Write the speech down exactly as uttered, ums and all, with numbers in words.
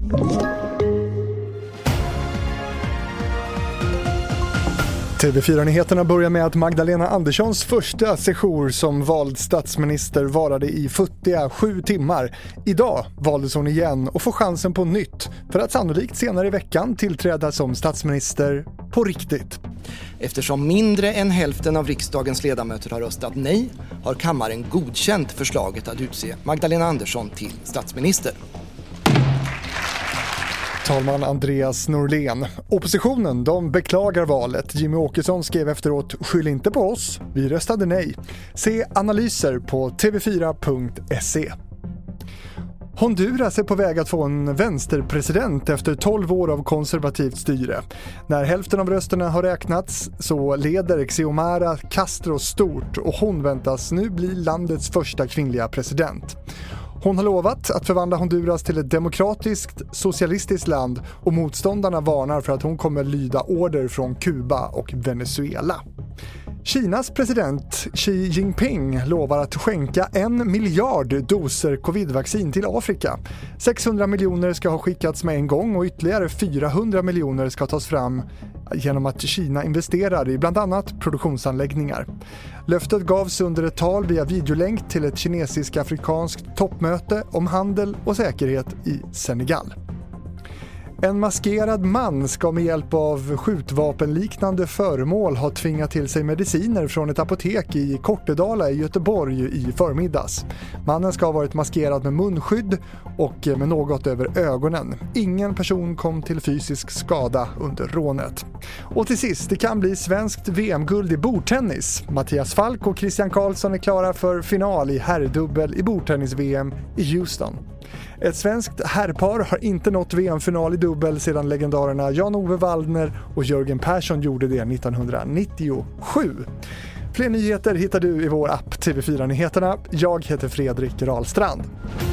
T V fyra-nyheterna börjar med att Magdalena Anderssons första sejour som vald statsminister varade i futtiga sju timmar. Idag valdes hon igen och får chansen på nytt för att sannolikt senare i veckan tillträda som statsminister på riktigt. Eftersom mindre än hälften av riksdagens ledamöter har röstat nej har kammaren godkänt förslaget att utse Magdalena Andersson till statsminister. Talman Andreas Norlén. Oppositionen, de beklagar valet. Jimmy Åkesson skrev efteråt: skyll inte på oss, vi röstade nej. Se analyser på t v fyra punkt se. Honduras är på väg att få en vänsterpresident efter tolv år av konservativt styre. När hälften av rösterna har räknats så leder Xiomara Castro stort och hon väntas nu bli landets första kvinnliga president. Hon har lovat att förvandla Honduras till ett demokratiskt, socialistiskt land och motståndarna varnar för att hon kommer lyda order från Kuba och Venezuela. Kinas president Xi Jinping lovar att skänka en miljard doser covidvaccin till Afrika. sexhundra miljoner ska ha skickats med en gång och ytterligare fyrahundra miljoner ska tas fram genom att Kina investerar i bland annat produktionsanläggningar. Löftet gavs under ett tal via videolänk till ett kinesisk-afrikanskt toppmöte om handel och säkerhet i Senegal. En maskerad man ska med hjälp av skjutvapenliknande föremål ha tvingat till sig mediciner från ett apotek i Kortedala i Göteborg i förmiddags. Mannen ska ha varit maskerad med munskydd och med något över ögonen. Ingen person kom till fysisk skada under rånet. Och till sist, det kan bli svenskt V M-guld i bordtennis. Mattias Falk och Christian Karlsson är klara för final i herrdubbel i bordtennis-V M i Houston. Ett svenskt herrpar har inte nått V M-final i dubbel sedan legendarerna Jan-Ove Waldner och Jörgen Persson gjorde det nittonhundranittiosju. Fler nyheter hittar du i vår app T V fyra-nyheterna. Jag heter Fredrik Rahlstrand.